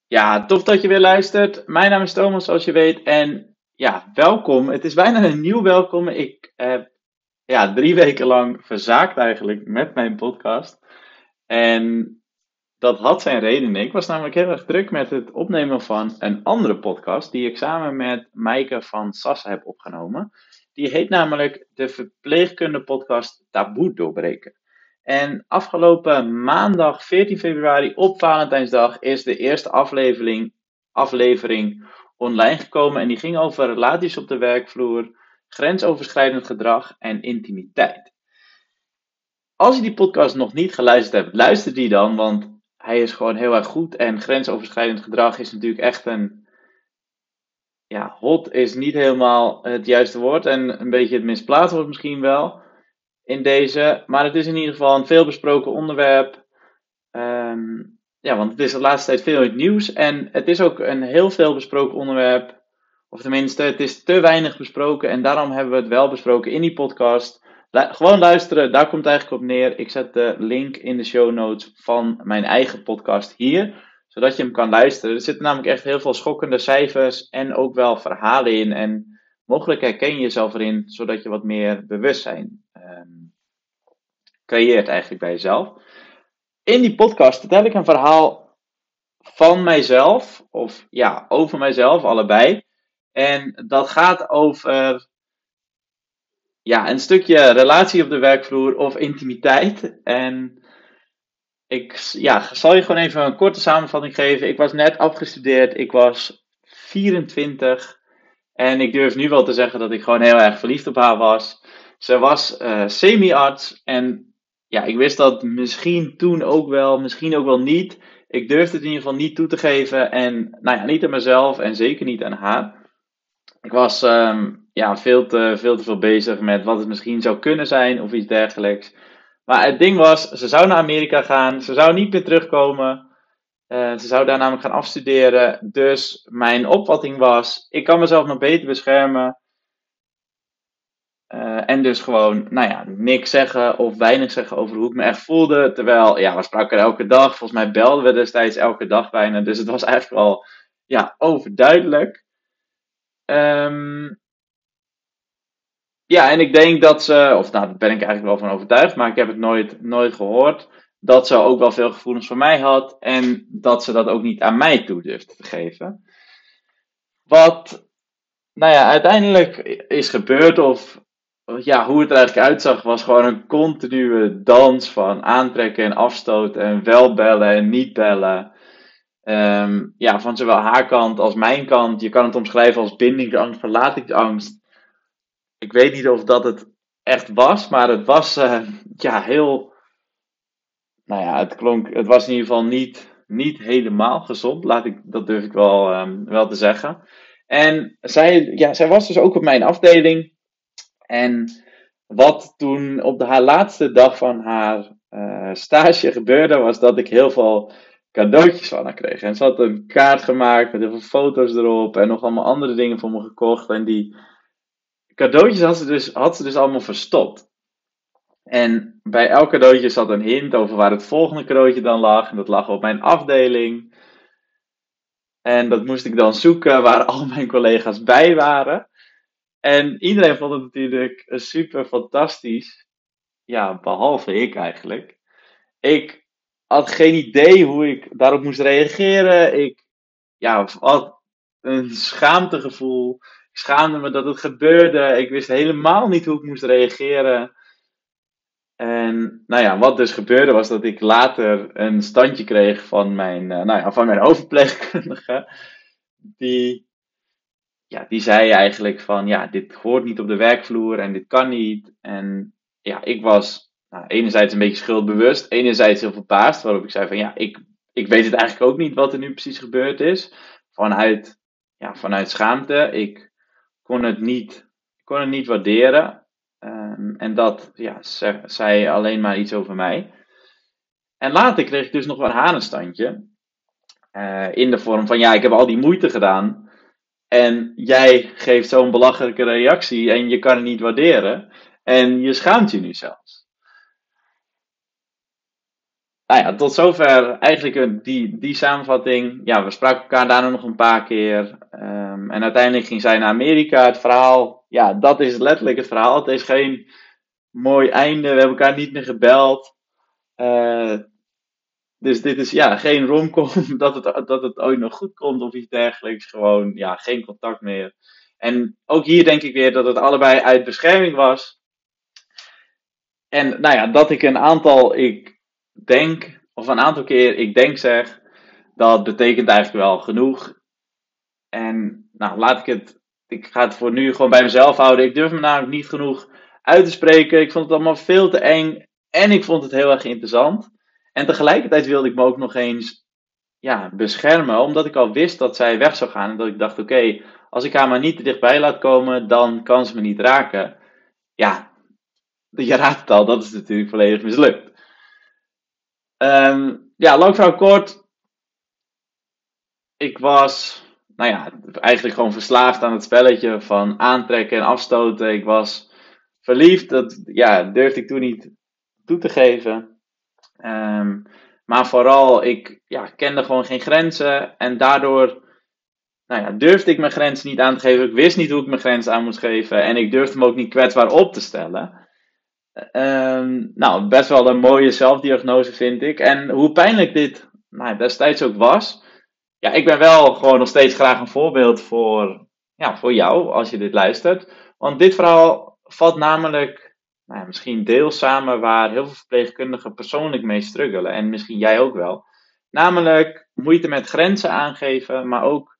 Ja, tof dat je weer luistert. Mijn naam is Thomas, zoals je weet. En ja, welkom. Het is bijna een nieuw welkom. Ik heb 3 weken lang verzaakt eigenlijk met mijn podcast. En dat had zijn redenen. Ik was namelijk heel erg druk met het opnemen van een andere podcast, die ik samen met Maaike van Sassen heb opgenomen. Die heet namelijk de Verpleegkunde Podcast Taboe Doorbreken. En afgelopen maandag 14 februari op Valentijnsdag is de eerste aflevering online gekomen. En die ging over relaties op de werkvloer, grensoverschrijdend gedrag en intimiteit. Als je die podcast nog niet geluisterd hebt, luister die dan, want hij is gewoon heel erg goed. En grensoverschrijdend gedrag is natuurlijk echt hot is niet helemaal het juiste woord en een beetje het misplaatst wordt misschien wel in deze. Maar het is in ieder geval een veelbesproken onderwerp. Ehm, want het is de laatste tijd veel in het nieuws en het is ook een heel veel besproken onderwerp. Of tenminste, het is te weinig besproken en daarom hebben we het wel besproken in die podcast. Gewoon luisteren, daar komt het eigenlijk op neer. Ik zet de link in de show notes van mijn eigen podcast hier, zodat je hem kan luisteren. Er zitten namelijk echt heel veel schokkende cijfers en ook wel verhalen in. En mogelijk herken je jezelf erin, zodat je wat meer bewustzijn creëert eigenlijk bij jezelf. In die podcast vertel ik een verhaal van mijzelf, of ja, over mijzelf, allebei. En dat gaat over een stukje relatie op de werkvloer of intimiteit. En zal je gewoon even een korte samenvatting geven. Ik was net afgestudeerd, ik was 24 en ik durf nu wel te zeggen dat ik gewoon heel erg verliefd op haar was. Ze was semi-arts en ja, ik wist dat misschien toen ook wel, misschien ook wel niet. Ik durfde het in ieder geval niet toe te geven en nou ja, niet aan mezelf en zeker niet aan haar. Ik was veel te veel bezig met wat het misschien zou kunnen zijn of iets dergelijks. Maar het ding was, ze zou naar Amerika gaan, ze zou niet meer terugkomen. Ze zou daar namelijk gaan afstuderen. Dus mijn opvatting was, ik kan mezelf nog beter beschermen. En dus gewoon, nou ja, niks zeggen of weinig zeggen over hoe ik me echt voelde. Terwijl, ja, we spraken elke dag. Volgens mij belden we destijds elke dag bijna. Dus het was eigenlijk al, ja, overduidelijk. Ehm Ja, en ik denk dat ze, of nou, daar ben ik eigenlijk wel van overtuigd, maar ik heb het nooit gehoord, dat ze ook wel veel gevoelens voor mij had en dat ze dat ook niet aan mij toe durfde te geven. Wat, nou ja, uiteindelijk is gebeurd, of ja, hoe het er eigenlijk uitzag, was gewoon een continue dans van aantrekken en afstoten en wel bellen en niet bellen. Van zowel haar kant als mijn kant. Je kan het omschrijven als bindingsangst, verlatingsangst. Ik weet niet of dat het echt was, maar het was heel. Nou ja, het was in ieder geval niet helemaal gezond. Dat durf ik wel te zeggen. En zij was dus ook op mijn afdeling. En wat toen op haar laatste dag van haar stage gebeurde, was dat ik heel veel cadeautjes van haar kreeg. En ze had een kaart gemaakt met heel veel foto's erop en nog allemaal andere dingen voor me gekocht. En die cadeautjes had ze dus allemaal verstopt. En bij elk cadeautje zat een hint over waar het volgende cadeautje dan lag. En dat lag op mijn afdeling. En dat moest ik dan zoeken waar al mijn collega's bij waren. En iedereen vond het natuurlijk super fantastisch. Ja, behalve ik eigenlijk. Ik had geen idee hoe ik daarop moest reageren. Ik had een schaamtegevoel. Ik schaamde me dat het gebeurde. Ik wist helemaal niet hoe ik moest reageren. En nou ja, wat dus gebeurde was dat ik later een standje kreeg van mijn hoofdverpleegkundige. Die, die zei eigenlijk van, ja, dit hoort niet op de werkvloer en dit kan niet. En ja, ik was enerzijds een beetje schuldbewust, enerzijds heel verbaasd. Waarop ik zei van, ja, ik weet het eigenlijk ook niet wat er nu precies gebeurd is. Vanuit schaamte. Ik kon het niet waarderen. En dat zei alleen maar iets over mij. En later kreeg ik dus nog een hanenstandje. In de vorm van, ja, ik heb al die moeite gedaan. En jij geeft zo'n belachelijke reactie en je kan het niet waarderen. En je schaamt je nu zelfs. Nou ja, tot zover eigenlijk die samenvatting. Ja, we spraken elkaar daarna nog een paar keer. En uiteindelijk ging zij naar Amerika. Het verhaal, ja, dat is letterlijk het verhaal. Het is geen mooi einde. We hebben elkaar niet meer gebeld. Eh, dus dit is ja, geen romcom dat het ooit nog goed komt of iets dergelijks. Gewoon, ja, geen contact meer. En ook hier denk ik weer dat het allebei uit bescherming was. En nou ja, dat ik ik denk, of een aantal keer ik denk zeg, dat betekent eigenlijk wel genoeg. En nou, ik ga het voor nu gewoon bij mezelf houden. Ik durf me namelijk niet genoeg uit te spreken. Ik vond het allemaal veel te eng en ik vond het heel erg interessant. En tegelijkertijd wilde ik me ook nog eens ja, beschermen, omdat ik al wist dat zij weg zou gaan. En dat ik dacht, oké, als ik haar maar niet te dichtbij laat komen, dan kan ze me niet raken. Ja, je raadt het al, dat is natuurlijk volledig mislukt. Ja, lang verhaal kort. Ik was, nou ja, eigenlijk gewoon verslaafd aan het spelletje van aantrekken en afstoten. Ik was verliefd, dat ja, durfde ik toen niet toe te geven. Ehm, maar vooral, ik ja, kende gewoon geen grenzen en daardoor nou ja, durfde ik mijn grenzen niet aan te geven. Ik wist niet hoe ik mijn grenzen aan moest geven en ik durfde me ook niet kwetsbaar op te stellen. Nou, best wel een mooie zelfdiagnose vind ik. En hoe pijnlijk dit nou, destijds ook was, ja, ik ben wel gewoon nog steeds graag een voorbeeld ja, voor jou als je dit luistert. Want dit verhaal vat namelijk nou ja, misschien deels samen waar heel veel verpleegkundigen persoonlijk mee struggelen. En misschien jij ook wel. Namelijk moeite met grenzen aangeven, maar ook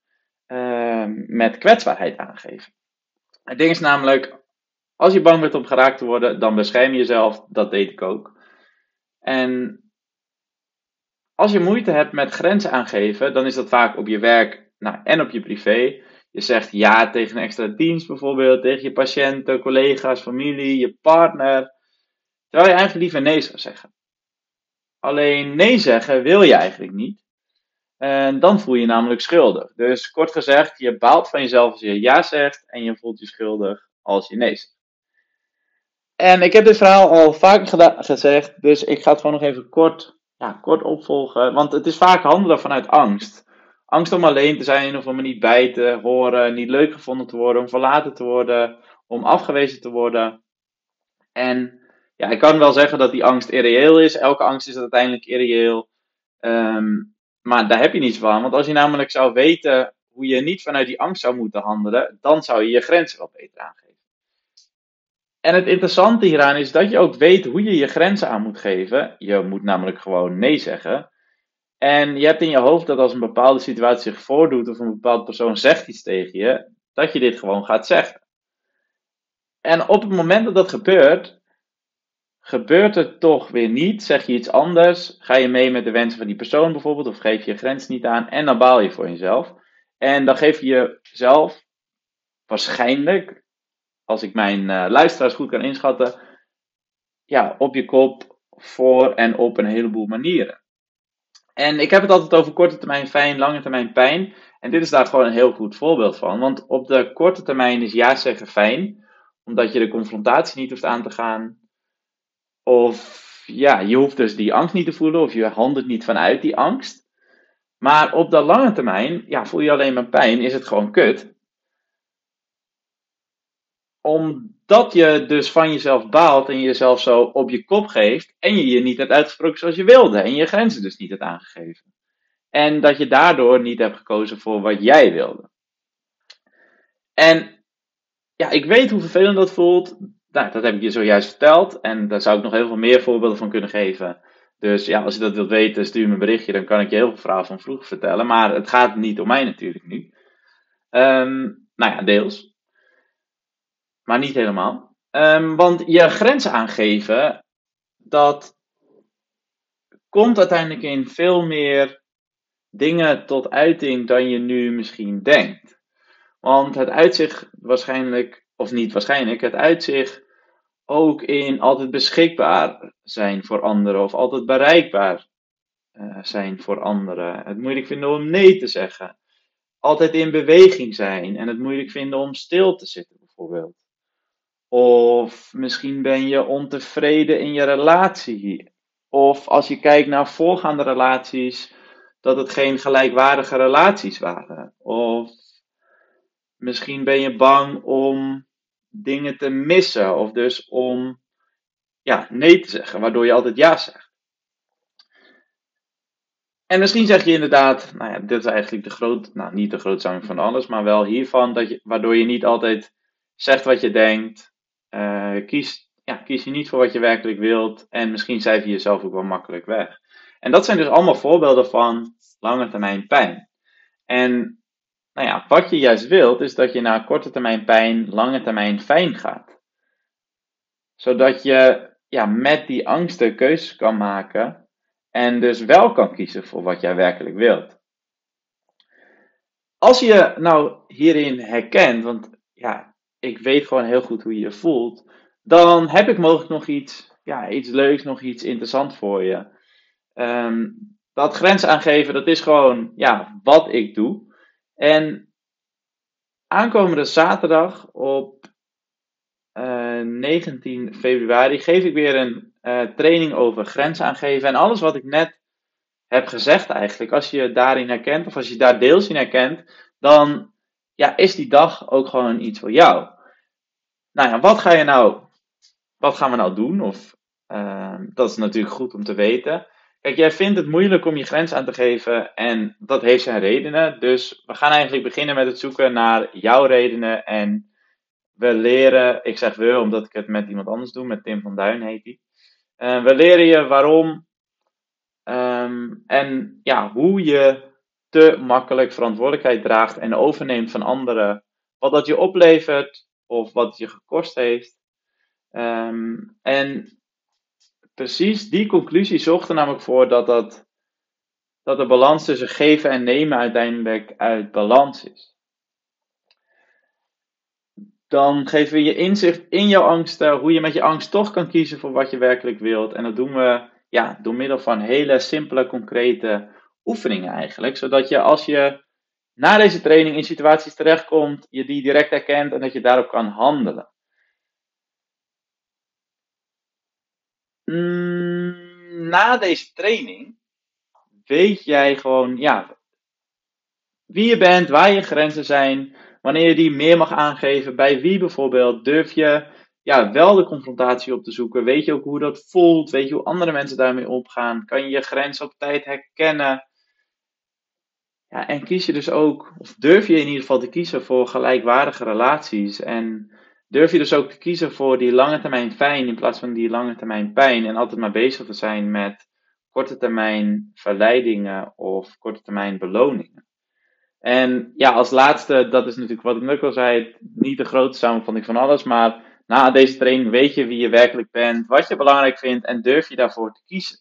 met kwetsbaarheid aangeven. Het ding is namelijk, als je bang bent om geraakt te worden, dan bescherm je jezelf. Dat deed ik ook. En als je moeite hebt met grenzen aangeven, dan is dat vaak op je werk nou, en op je privé. Je zegt ja tegen een extra dienst bijvoorbeeld, tegen je patiënten, collega's, familie, je partner. Terwijl je eigenlijk liever nee zou zeggen. Alleen nee zeggen wil je eigenlijk niet. En dan voel je je namelijk schuldig. Dus kort gezegd, je baalt van jezelf als je ja zegt en je voelt je schuldig als je nee zegt. En ik heb dit verhaal al vaker gezegd, dus ik ga het gewoon nog even kort opvolgen. Want het is vaak handelen vanuit angst. Angst om alleen te zijn, of om er niet bij te horen, niet leuk gevonden te worden, om verlaten te worden, om afgewezen te worden. En ja, ik kan wel zeggen dat die angst irreëel is. Elke angst is uiteindelijk irreëel. Ehm, maar daar heb je niets van. Want als je namelijk zou weten hoe je niet vanuit die angst zou moeten handelen, dan zou je je grenzen wel beter aangeven. En het interessante hieraan is dat je ook weet hoe je je grenzen aan moet geven. Je moet namelijk gewoon nee zeggen. En je hebt in je hoofd dat als een bepaalde situatie zich voordoet of een bepaalde persoon zegt iets tegen je, dat je dit gewoon gaat zeggen. En op het moment dat dat gebeurt, gebeurt het toch weer niet. Zeg je iets anders, ga je mee met de wensen van die persoon bijvoorbeeld, of geef je je grens niet aan en dan baal je voor jezelf. En dan geef je jezelf waarschijnlijk, als ik mijn luisteraars goed kan inschatten, ja, op je kop, voor en op een heleboel manieren. En ik heb het altijd over korte termijn fijn, lange termijn pijn. En dit is daar gewoon een heel goed voorbeeld van. Want op de korte termijn is ja zeggen fijn, omdat je de confrontatie niet hoeft aan te gaan. Of ja, je hoeft dus die angst niet te voelen, of je handelt niet vanuit die angst. Maar op de lange termijn, ja, voel je alleen maar pijn, is het gewoon kut. Omdat je dus van jezelf baalt en je jezelf zo op je kop geeft en je je niet hebt uitgesproken zoals je wilde en je grenzen dus niet hebt aangegeven. En dat je daardoor niet hebt gekozen voor wat jij wilde. En ja, ik weet hoe vervelend dat voelt. Nou, dat heb ik je zojuist verteld en daar zou ik nog heel veel meer voorbeelden van kunnen geven. Dus ja, als je dat wilt weten, stuur me een berichtje, dan kan ik je heel veel verhalen van vroeger vertellen. Maar het gaat niet om mij natuurlijk nu. Nou ja, deels. Maar niet helemaal. Want je grenzen aangeven, dat komt uiteindelijk in veel meer dingen tot uiting dan je nu misschien denkt. Want het uitzicht waarschijnlijk, of niet waarschijnlijk, het uitzicht ook in altijd beschikbaar zijn voor anderen of altijd bereikbaar zijn voor anderen. Het moeilijk vinden om nee te zeggen. Altijd in beweging zijn en het moeilijk vinden om stil te zitten bijvoorbeeld. Of misschien ben je ontevreden in je relatie. Of als je kijkt naar voorgaande relaties, dat het geen gelijkwaardige relaties waren. Of misschien ben je bang om dingen te missen. Of dus om nee te zeggen, waardoor je altijd ja zegt. En misschien zeg je inderdaad, dit is eigenlijk niet de grootste van alles, maar wel hiervan, waardoor je niet altijd zegt wat je denkt. Kies je niet voor wat je werkelijk wilt. En misschien cijfer je jezelf ook wel makkelijk weg. En dat zijn dus allemaal voorbeelden van lange termijn pijn. En wat je juist wilt, is dat je na korte termijn pijn, lange termijn fijn gaat. Zodat je met die angsten keuzes kan maken en dus wel kan kiezen voor wat jij werkelijk wilt. Als je nou hierin herkent, want ik weet gewoon heel goed hoe je je voelt, dan heb ik mogelijk nog iets leuks, nog iets interessants voor je. Dat grens aangeven, dat is gewoon wat ik doe. En aankomende zaterdag op 19 februari geef ik weer een training over grens aangeven. En alles wat ik net heb gezegd eigenlijk, als je daarin herkent, of als je daar deels in herkent, dan is die dag ook gewoon iets voor jou. Wat gaan we nou doen? Of dat is natuurlijk goed om te weten. Kijk, jij vindt het moeilijk om je grens aan te geven en dat heeft zijn redenen. Dus we gaan eigenlijk beginnen met het zoeken naar jouw redenen. En we leren, ik zeg we omdat ik het met iemand anders doe, met Tim van Duin heet hij. We leren je waarom en hoe je te makkelijk verantwoordelijkheid draagt en overneemt van anderen. Wat dat je oplevert of wat het je gekost heeft. En precies die conclusie zorgt er namelijk voor dat de balans tussen geven en nemen uiteindelijk uit balans is. Dan geven we je inzicht in jouw angsten, hoe je met je angst toch kan kiezen voor wat je werkelijk wilt. En dat doen we door middel van hele simpele, concrete oefeningen eigenlijk. Zodat je als je na deze training in situaties terechtkomt, je die direct herkent en dat je daarop kan handelen. Na deze training weet jij gewoon wie je bent, waar je grenzen zijn, wanneer je die meer mag aangeven, bij wie bijvoorbeeld. Durf je wel de confrontatie op te zoeken, weet je ook hoe dat voelt, weet je hoe andere mensen daarmee omgaan, kan je je grenzen op tijd herkennen. En kies je dus ook, of durf je in ieder geval te kiezen voor gelijkwaardige relaties en durf je dus ook te kiezen voor die lange termijn fijn in plaats van die lange termijn pijn en altijd maar bezig te zijn met korte termijn verleidingen of korte termijn beloningen. En als laatste, dat is natuurlijk wat ik net al zei, niet de grote samenvatting van alles, maar na deze training weet je wie je werkelijk bent, wat je belangrijk vindt en durf je daarvoor te kiezen.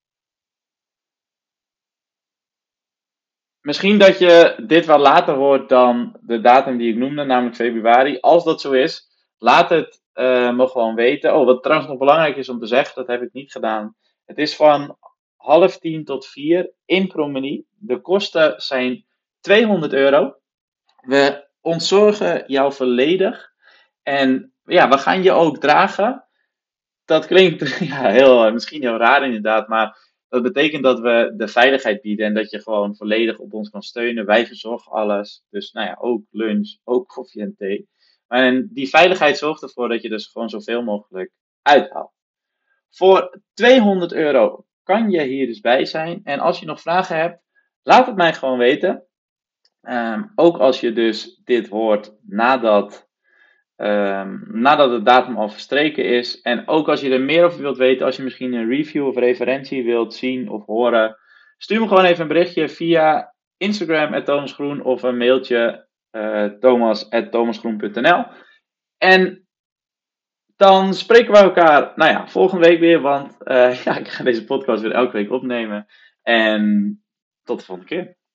Misschien dat je dit wel later hoort dan de datum die ik noemde, namelijk februari. Als dat zo is, laat het me gewoon weten. Oh, wat trouwens nog belangrijk is om te zeggen, dat heb ik niet gedaan. Het is van 9:30 tot 4 in Promenie. De kosten zijn €200. We ontzorgen jou volledig. En we gaan je ook dragen. Dat klinkt misschien heel raar inderdaad, maar dat betekent dat we de veiligheid bieden en dat je gewoon volledig op ons kan steunen. Wij verzorgen alles. Dus ook lunch, ook koffie en thee. En die veiligheid zorgt ervoor dat je dus gewoon zoveel mogelijk uithaalt. Voor €200 kan je hier dus bij zijn. En als je nog vragen hebt, laat het mij gewoon weten. Ook als je dus dit hoort nadat de datum al verstreken is. En ook als je er meer over wilt weten, als je misschien een review of referentie wilt zien of horen, stuur me gewoon even een berichtje via Instagram @thomasgroen of een mailtje thomas@thomasgroen.nl. En dan spreken we elkaar volgende week weer, want ik ga deze podcast weer elke week opnemen. En tot de volgende keer.